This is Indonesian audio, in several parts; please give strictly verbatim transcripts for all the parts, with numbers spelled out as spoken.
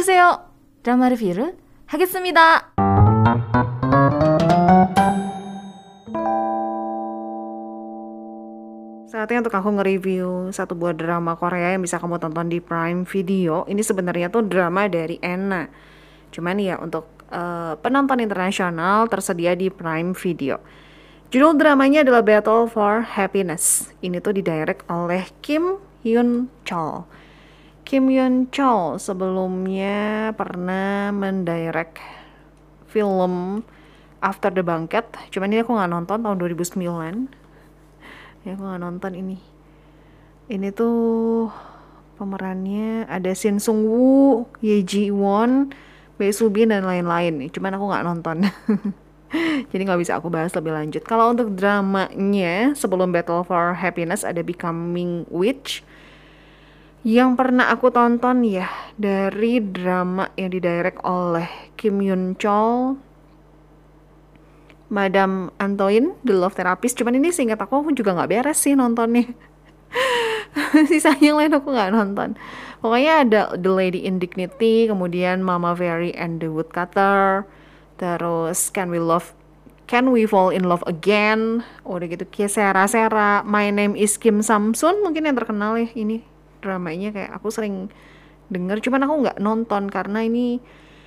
어서오세요. 드라마 리뷰를 하겠습니다. Saatnya untuk aku nge-review satu buah drama Korea yang bisa kamu tonton di Prime Video. Ini sebenarnya tuh drama dari Enna. Cuman ya untuk uh, penonton internasional tersedia di Prime Video. Judul dramanya adalah Battle for Happiness. Ini tuh didirect oleh Kim Hyun Chol. Kim Hyun Chol sebelumnya pernah mendirect film After the Banquet. Cuman ini aku nggak nonton tahun dua ribu sembilan. Ya aku nggak nonton ini. Ini tuh pemerannya ada Shin Sung Woo, Ye Ji Won, Bae Soo Bin dan lain-lain nih. Cuman aku nggak nonton. Jadi nggak bisa aku bahas lebih lanjut. Kalau untuk dramanya sebelum Battle for Happiness ada Becoming Witch. Yang pernah aku tonton ya dari drama yang didirect oleh Kim Hyun Chol, Madame Antoine, The Love Therapist. Cuman ini seingat aku, aku juga nggak beres sih nontonnya. Sisanya yang lain aku nggak nonton. Pokoknya ada The Lady in Dignity, kemudian Mama Very and the Woodcutter, terus Can We Love, Can We Fall in Love Again, udah gitu Sera Sera, My Name is Kim Samsun, mungkin yang terkenal ya ini dramanya, kayak aku sering denger, cuman aku nggak nonton karena ini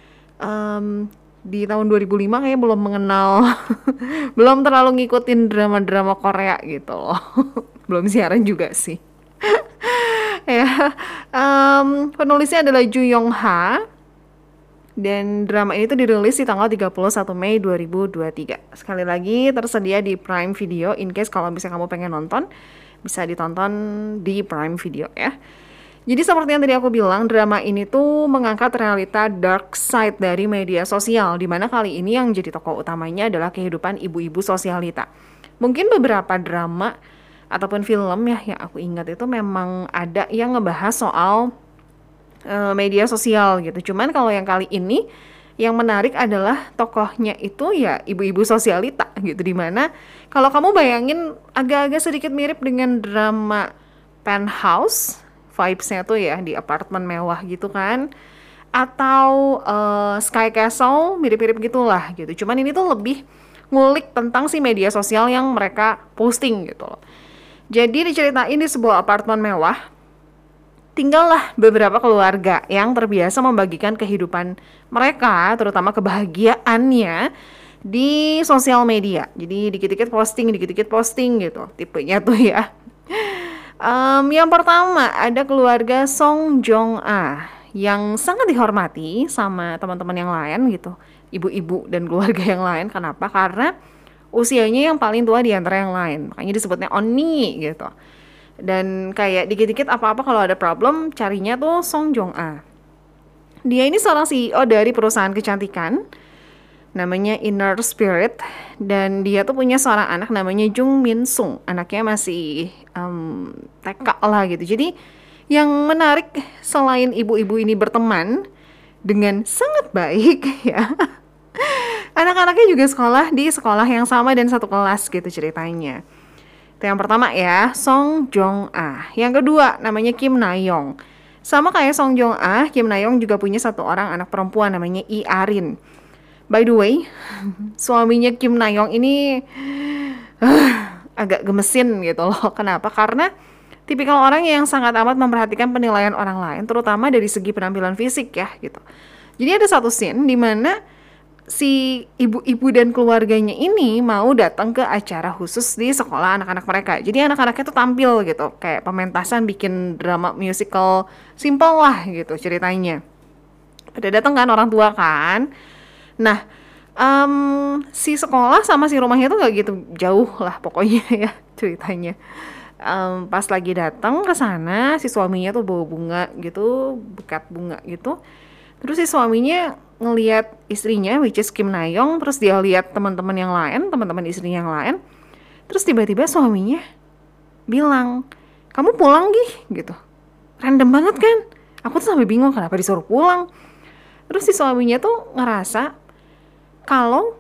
um, di tahun dua ribu lima kayaknya belum mengenal belum terlalu ngikutin drama-drama Korea gitu loh. Belum siaran juga sih. Ya, um, penulisnya adalah Ju Yong Ha dan drama ini tuh dirilis di tanggal tiga puluh satu Mei dua ribu dua puluh tiga. Sekali lagi tersedia di Prime Video, in case kalau misalnya kamu pengen nonton bisa ditonton di Prime Video ya. Jadi seperti yang tadi aku bilang, drama ini tuh mengangkat realita dark side dari media sosial, dimana kali ini yang jadi tokoh utamanya adalah kehidupan ibu-ibu sosialita. Mungkin beberapa drama ataupun film ya yang aku ingat itu memang ada yang ngebahas soal uh, media sosial gitu. Cuman kalau yang kali ini yang menarik adalah tokohnya itu ya ibu-ibu sosialita gitu, dimana kalau kamu bayangin agak-agak sedikit mirip dengan drama Penthouse, vibes-nya tuh ya di apartemen mewah gitu kan, atau uh, Sky Castle, mirip-mirip gitulah gitu. Cuman ini tuh lebih ngulik tentang si media sosial yang mereka posting gitu loh. Jadi diceritain di sebuah apartemen mewah, tinggallah beberapa keluarga yang terbiasa membagikan kehidupan mereka, terutama kebahagiaannya di sosial media. Jadi dikit-dikit posting, dikit-dikit posting gitu, tipenya tuh ya. Um, yang pertama ada keluarga Song Jong Ah yang sangat dihormati sama teman-teman yang lain gitu, ibu-ibu dan keluarga yang lain. Kenapa? Karena usianya yang paling tua di antara yang lain, makanya disebutnya Onni gitu. Dan kayak dikit-dikit apa-apa kalau ada problem carinya tuh Song Jong Ah. Dia ini seorang C E O dari perusahaan kecantikan namanya Inner Spirit, dan dia tuh punya seorang anak namanya Jung Min Sung. Anaknya masih um, T K lah gitu. Jadi yang menarik selain ibu-ibu ini berteman dengan sangat baik ya, anak-anaknya juga sekolah di sekolah yang sama dan satu kelas gitu ceritanya. Itu yang pertama ya, Song Jong Ah. Yang kedua namanya Kim Na Young. Sama kayak Song Jong Ah, Kim Na Young juga punya satu orang anak perempuan namanya I Arin. By the way, suaminya Kim Na Young ini uh, agak gemesin gitu loh. Kenapa? Karena tipikal orang yang sangat amat memperhatikan penilaian orang lain, terutama dari segi penampilan fisik ya gitu. Jadi ada satu scene di mana si ibu-ibu dan keluarganya ini mau datang ke acara khusus di sekolah anak-anak mereka. Jadi anak-anaknya tuh tampil gitu, kayak pementasan bikin drama musical simple lah gitu ceritanya. Pada datang kan orang tua kan. Nah, um, si sekolah sama si rumahnya tuh gak gitu jauh lah pokoknya ya ceritanya. Um, pas lagi datang ke sana, si suaminya tuh bawa bunga gitu, buket bunga gitu. Terus si suaminya ngelihat istrinya, which is Kim Na Young, terus dia lihat teman-teman yang lain, teman-teman istrinya yang lain. Terus tiba-tiba suaminya bilang, "Kamu pulang Gih?" gitu. Random banget kan? Aku tuh sampai bingung kenapa disuruh pulang. Terus si suaminya tuh ngerasa kalau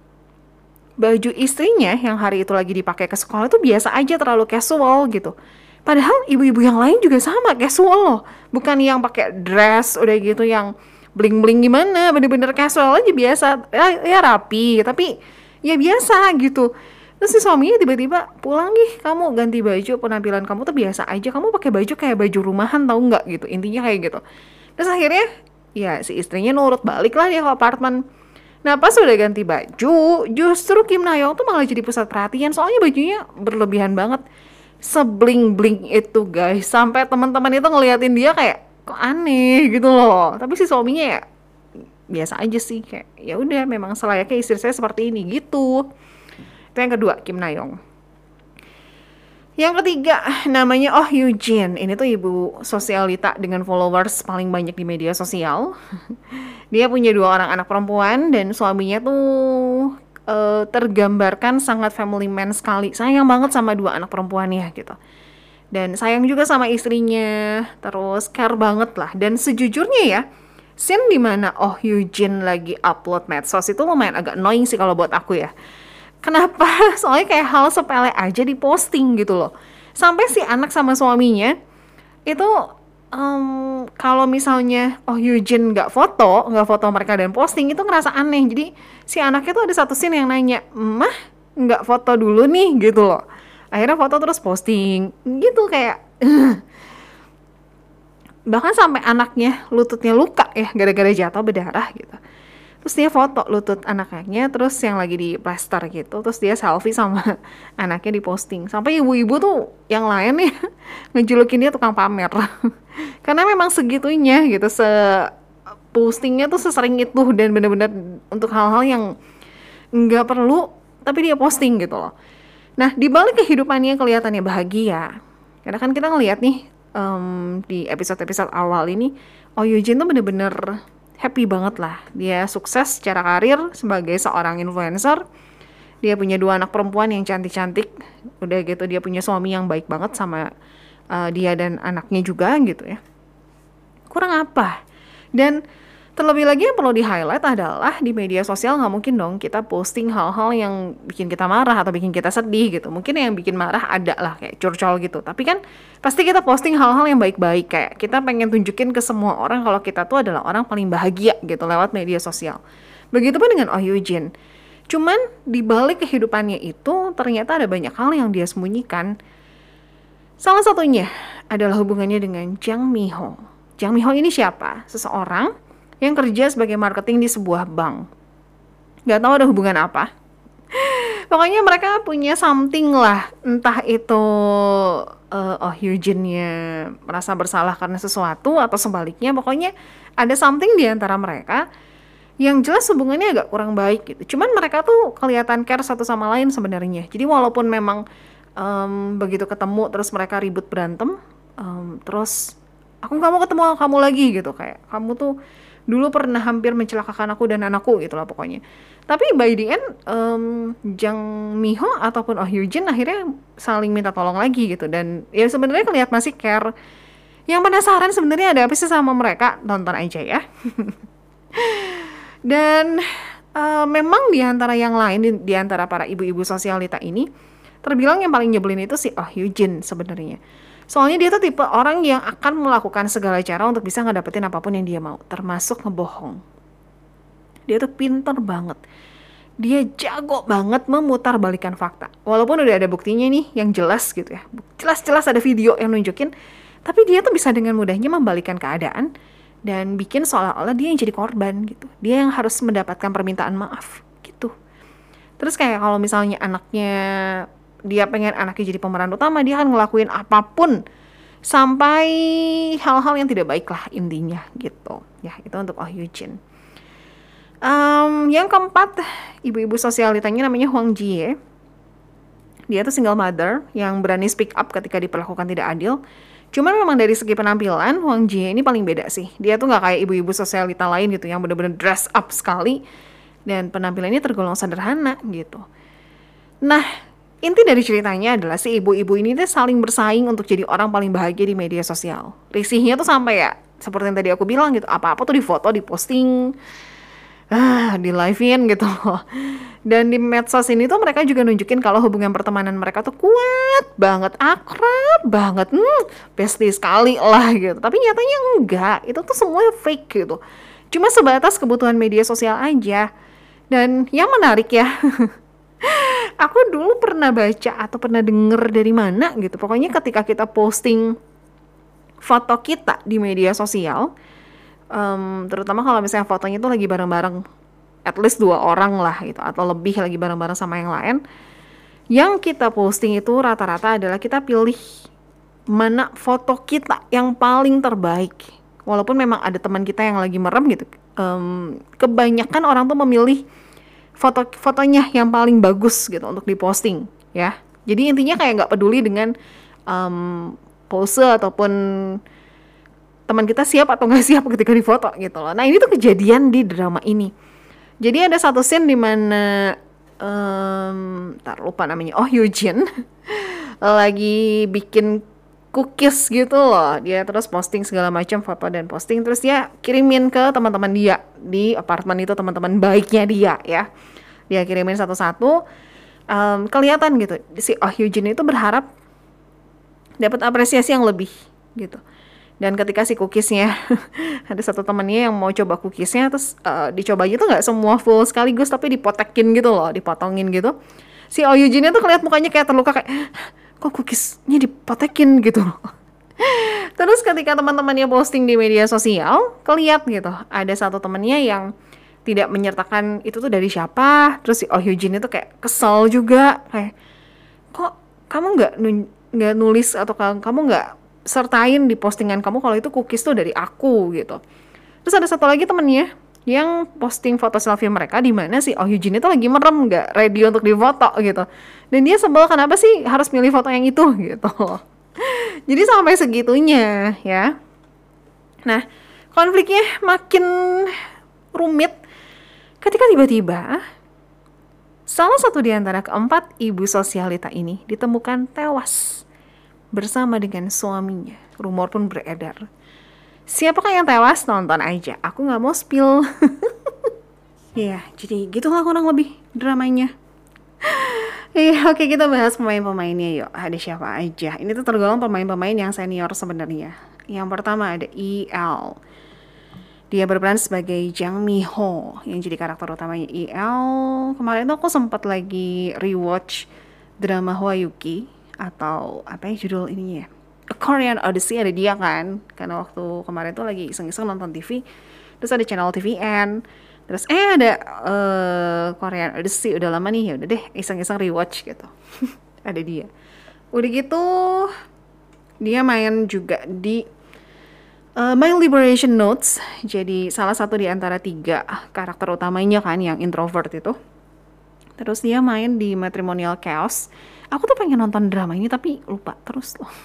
baju istrinya yang hari itu lagi dipakai ke sekolah itu biasa aja, terlalu casual gitu. Padahal ibu-ibu yang lain juga sama casual loh, bukan yang pakai dress udah gitu yang bling-bling gimana, bener-bener casual aja biasa, ya, ya rapi, tapi ya biasa gitu. Terus si suaminya tiba-tiba pulang nih, kamu ganti baju, penampilan kamu tuh biasa aja, kamu pakai baju kayak baju rumahan tau nggak gitu, intinya kayak gitu. Terus akhirnya ya si istrinya nurut, balik lah dia ke apartemen. Nah pas udah ganti baju, justru Kim Na Young tuh malah jadi pusat perhatian, soalnya bajunya berlebihan banget, sebling-bling itu guys, sampai teman-teman itu ngeliatin dia kayak kok aneh gitu loh. Tapi si suaminya ya biasa aja sih, kayak ya udah memang selayaknya istri saya seperti ini gitu. Itu yang kedua, Kim Na Young. Yang ketiga, namanya Oh Yoo Jin. Ini tuh ibu sosialita dengan followers paling banyak di media sosial. Dia punya dua orang anak perempuan dan suaminya tuh uh, tergambarkan sangat family man sekali. Sayang banget sama dua anak perempuannya gitu. Dan sayang juga sama istrinya. Terus care banget lah. Dan sejujurnya ya, scene dimana Oh Yoo Jin lagi upload medsos itu lumayan agak annoying sih kalau buat aku ya. Kenapa? Soalnya kayak hal sepele aja diposting gitu loh. Sampai si anak sama suaminya itu um, kalau misalnya Oh Yoo Jin nggak foto, nggak foto mereka dan posting itu ngerasa aneh. Jadi si anaknya tuh ada satu scene yang nanya, "Mah, nggak foto dulu nih?" gitu loh. Akhirnya foto terus posting gitu kayak bahkan sampai anaknya lututnya luka ya gara-gara jatuh berdarah gitu. Terus dia foto lutut anaknya, terus yang lagi di plaster gitu, terus dia selfie sama anaknya diposting. Sampai ibu-ibu tuh yang lain ya ngejulukin dia tukang pamer. Karena memang segitunya gitu, se postingnya tuh sesering itu dan benar-benar untuk hal-hal yang nggak perlu, tapi dia posting gitu loh. Nah, di balik kehidupannya kelihatannya bahagia. Karena kan kita ngelihat nih um, di episode-episode awal ini, Oh Yoo Jin tuh bener-bener happy banget lah. Dia sukses secara karir sebagai seorang influencer. Dia punya dua anak perempuan yang cantik-cantik. Udah gitu dia punya suami yang baik banget sama uh, dia dan anaknya juga gitu ya. Kurang apa? Dan terlebih lagi yang perlu di-highlight adalah di media sosial nggak mungkin dong kita posting hal-hal yang bikin kita marah atau bikin kita sedih gitu. Mungkin yang bikin marah ada lah kayak curcol gitu. Tapi kan pasti kita posting hal-hal yang baik-baik, kayak kita pengen tunjukin ke semua orang kalau kita tuh adalah orang paling bahagia gitu lewat media sosial. Begitupun dengan Oh Yoo Jin. Cuman di balik kehidupannya itu ternyata ada banyak hal yang dia sembunyikan. Salah satunya adalah hubungannya dengan Jang Mi-ho. Jang Mi-ho ini siapa? Seseorang yang kerja sebagai marketing di sebuah bank. Gak tahu ada hubungan apa. Pokoknya mereka punya something lah. Entah itu uh, Oh Yoo Jin-nya merasa bersalah karena sesuatu atau sebaliknya. Pokoknya ada something di antara mereka yang jelas hubungannya agak kurang baik gitu. Cuman mereka tuh kelihatan care satu sama lain sebenarnya. Jadi walaupun memang um, begitu ketemu terus mereka ribut berantem, um, terus aku gak mau ketemu kamu lagi gitu. Kayak kamu tuh dulu pernah hampir mencelakakan aku dan anakku gitu lah pokoknya. Tapi by the end um, Jang Mi-ho ataupun Oh Yoo Jin akhirnya saling minta tolong lagi gitu. Dan ya sebenarnya kelihatan masih care. Yang penasaran sebenarnya ada apa sih sama mereka, tonton aja ya. Dan uh, memang di antara yang lain, di, di antara para ibu-ibu sosialita ini, terbilang yang paling nyebelin itu si Oh Yoo Jin sebenarnya. Soalnya dia tuh tipe orang yang akan melakukan segala cara untuk bisa ngedapetin apapun yang dia mau, termasuk ngebohong. Dia tuh pinter banget. Dia jago banget memutar balikan fakta. Walaupun udah ada buktinya nih yang jelas gitu ya. Jelas-jelas ada video yang nunjukin. Tapi dia tuh bisa dengan mudahnya membalikan keadaan dan bikin seolah-olah dia yang jadi korban gitu. Dia yang harus mendapatkan permintaan maaf gitu. Terus kayak kalau misalnya anaknya, dia pengen anaknya jadi pemeran utama, dia akan ngelakuin apapun sampai hal-hal yang tidak baik lah intinya gitu. Ya itu untuk Oh Yoo Jin. Um, yang keempat, ibu-ibu sosialitanya namanya Hwang Ji-hye. Dia tuh single mother yang berani speak up ketika diperlakukan tidak adil. Cuman memang dari segi penampilan, Hwang Ji-hye ini paling beda sih. Dia tuh gak kayak ibu-ibu sosialita lain gitu yang bener-bener dress up sekali. Dan penampilannya tergolong sederhana gitu. Nah, inti dari ceritanya adalah si ibu-ibu ini tuh saling bersaing untuk jadi orang paling bahagia di media sosial. Risihnya tuh sampai ya, seperti yang tadi aku bilang gitu, apa-apa tuh difoto, diposting, ah, di live-in gitu loh. Dan di medsos ini tuh mereka juga nunjukin kalau hubungan pertemanan mereka tuh kuat banget, akrab banget, hmm, bestie sekali lah gitu. Tapi nyatanya enggak, itu tuh semua fake gitu. cuma sebatas kebutuhan media sosial aja. Dan yang menarik ya, aku dulu pernah baca atau pernah denger dari mana gitu, pokoknya ketika kita posting foto kita di media sosial, um, terutama kalau misalnya fotonya itu lagi bareng-bareng at least dua orang lah gitu, atau lebih lagi bareng-bareng sama yang lain, yang kita posting itu rata-rata adalah kita pilih mana foto kita yang paling terbaik. Walaupun memang ada teman kita yang lagi merem gitu, um, kebanyakan orang tuh memilih foto-fotonya yang paling bagus gitu untuk diposting ya. Jadi intinya kayak nggak peduli dengan um, pose ataupun teman kita siap atau nggak siap ketika difoto gitu loh. Nah ini tuh kejadian di drama ini. Jadi ada satu scene di mana um, tak lupa namanya, oh Eugene lagi bikin cookies gitu loh. Dia terus posting segala macam foto dan posting, terus dia kirimin ke teman-teman dia di apartemen itu, teman-teman baiknya dia ya. Dia kirimin satu-satu. Um, kelihatan gitu si Oh Eugene itu berharap dapat apresiasi yang lebih gitu. Dan ketika si cookiesnya ada satu temannya yang mau coba cookiesnya, terus uh, dicobanya tuh nggak semua full sekaligus tapi dipotekin gitu loh, dipotongin gitu. Si Oh Eugene tuh kelihatan mukanya kayak terluka, kayak kok cookiesnya dipotekin gitu loh. Terus ketika teman-temannya posting di media sosial, kelihatan gitu ada satu temannya yang tidak menyertakan itu tuh dari siapa. Terus si Oh Eugene itu kayak kesel juga, kayak kok kamu nggak nggak nulis atau kamu nggak sertain di postingan kamu kalau itu cookies tuh dari aku gitu. Terus ada satu lagi temennya yang posting foto selfie mereka di mana si Oh Eugene itu lagi merem, nggak ready untuk difoto gitu. Dan dia sebel kenapa sih harus milih foto yang itu gitu. Jadi sampai segitunya ya. Nah konfliknya makin rumit ketika tiba-tiba salah satu di antara keempat ibu sosialita ini ditemukan tewas bersama dengan suaminya. Rumor pun beredar. Siapakah yang tewas? Nonton aja. Aku nggak mau spill. Ya, jadi gitulah kurang lebih dramanya. Iya, oke kita bahas pemain-pemainnya yuk. Ada siapa aja? Ini tuh tergolong pemain-pemain yang senior sebenarnya. Yang pertama ada E L. Dia berperan sebagai Jang Mi-ho yang jadi karakter utamanya E L. Kemarin tuh aku sempat lagi rewatch drama Hwayuki, atau apa ya judul ininya ya, A Korean Odyssey, ada dia kan, karena waktu kemarin tuh lagi iseng-iseng nonton T V, terus ada channel T V N, terus eh ada uh, Korean Odyssey, udah lama nih, ya udah deh iseng-iseng rewatch gitu. Ada dia. Udah gitu dia main juga di uh, My Liberation Notes, jadi salah satu di antara tiga karakter utamanya kan yang introvert itu. Terus dia main di Matrimonial Chaos. Aku tuh pengen nonton drama ini tapi lupa terus loh.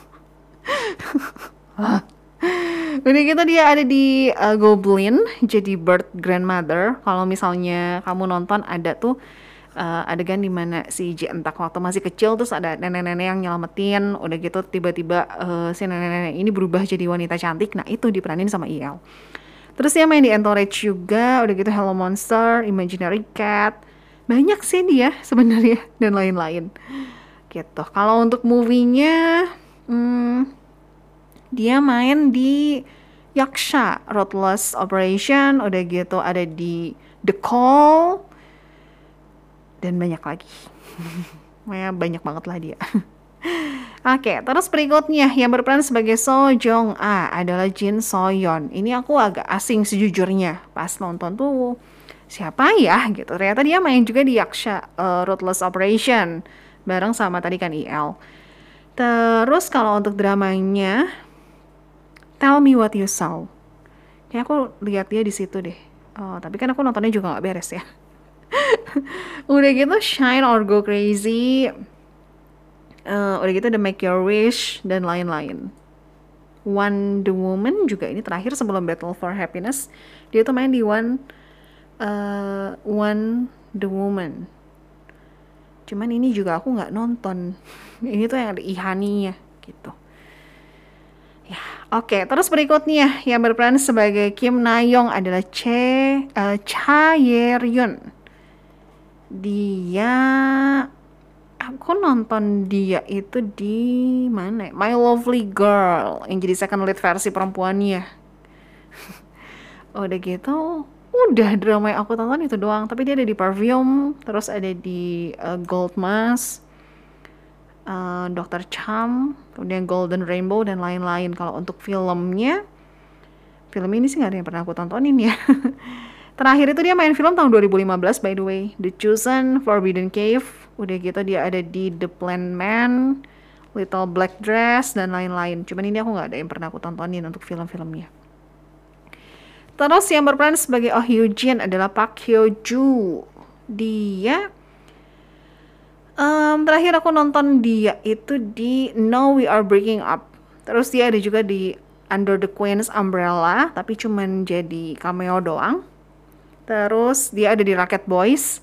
Udah gitu dia ada di uh, Goblin, jadi birth grandmother. Kalau misalnya kamu nonton ada tuh uh, adegan dimana si Ji Entak waktu masih kecil, terus ada nenek-nenek yang nyelamatin. Udah gitu tiba-tiba uh, si nenek-nenek ini berubah jadi wanita cantik. Nah itu diperanin sama E L. Terus dia main di Entourage juga. Udah gitu Hello Monster, Imaginary Cat. Banyak sih dia sebenarnya dan lain-lain gitu. Kalau untuk movie-nya, hmm, dia main di Yaksha, Ruthless Operation, udah gitu ada di The Call, dan banyak lagi. Banyak banget lah dia. Oke, terus berikutnya yang berperan sebagai So Jong A adalah Jin Soyeon. Ini aku agak asing sejujurnya pas nonton tuh. Siapa ya gitu. Ternyata dia main juga di Yaksha, uh, Ruthless Operation bareng sama tadi kan E L. Terus kalau untuk dramanya Tell Me What You Saw, kayak aku lihat dia di situ deh. Oh, tapi kan aku nontonnya juga nggak beres ya. Udah gitu Shine or Go Crazy, uh, udah gitu The Make Your Wish dan lain-lain. Wonder Woman juga ini terakhir sebelum Battle for Happiness, dia tuh main di One uh, One The Woman. Cuman ini juga aku nggak nonton. Ini tuh yang ada Ihani-nya gitu. Ya, oke. Okay. Terus berikutnya yang berperan sebagai Kim Na Young adalah Che uh, Cha Ye-ryun. Dia, aku nonton dia itu di mana? My Lovely Girl, yang jadi second lead versi perempuannya. Udah gitu, udah drama yang aku tonton itu doang. Tapi dia ada di Parvium, terus ada di uh, Gold Mask, uh, dokter Cham, kemudian Golden Rainbow dan lain-lain. Kalau untuk filmnya, film ini sih nggak ada yang pernah aku tontonin ya. Terakhir itu dia main film tahun dua ribu lima belas by the way, The Chosen, Forbidden Cave. Udah gitu dia ada di The Plan Man, Little Black Dress dan lain-lain. Cuman ini aku nggak ada yang pernah aku tontonin untuk film-filmnya. Terus yang berperan sebagai Oh Hyo Jin adalah Park Hyo Joo. Dia um, terakhir aku nonton dia itu di Now We Are Breaking Up. Terus dia ada juga di Under the Queen's Umbrella, tapi cuman jadi cameo doang. Terus dia ada di Rocket Boys.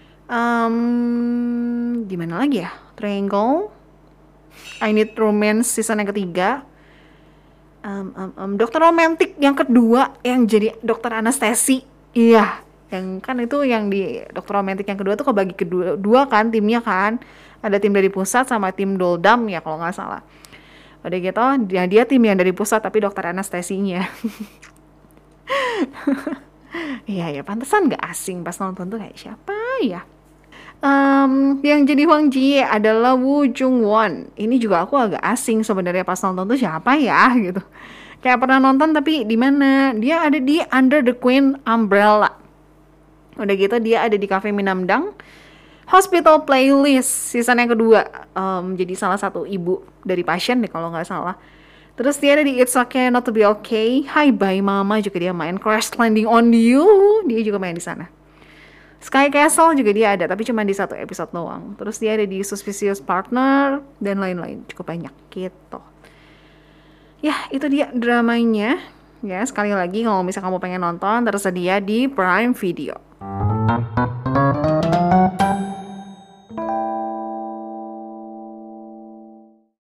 Um, di mana lagi ya? Triangle, I Need Romance season yang ketiga. Um, um, um, dokter romantik yang kedua yang jadi dokter anestesi, iya, yang kan itu yang di dokter romantik yang kedua tuh kebagi kedua dua kan timnya kan, ada tim dari pusat sama tim Doldam ya kalau nggak salah. Udah gitu dia dia tim yang dari pusat tapi dokter anestesinya. Iya ya pantesan nggak asing pas nonton tuh kayak siapa ya. Um, yang jadi Hwang Ji adalah Woo Jung Won. Ini juga aku agak asing sebenarnya pas nonton tuh siapa ya gitu. Kayak pernah nonton tapi di mana? Dia ada di Under the Queen Umbrella. Udah gitu dia ada di Cafe Minamdang, Hospital Playlist season yang kedua. Um, jadi salah satu ibu dari pasien deh kalau nggak salah. Terus dia ada di It's Okay Not to Be Okay, Hi Bye Mama juga dia main, Crash Landing on You dia juga main di sana. Sky Castle juga dia ada, tapi cuma di satu episode doang. Terus dia ada di Suspicious Partner, dan lain-lain. Cukup banyak, gitu. Ya, itu dia dramanya. Ya, sekali lagi, kalau misalnya kamu pengen nonton, tersedia di Prime Video.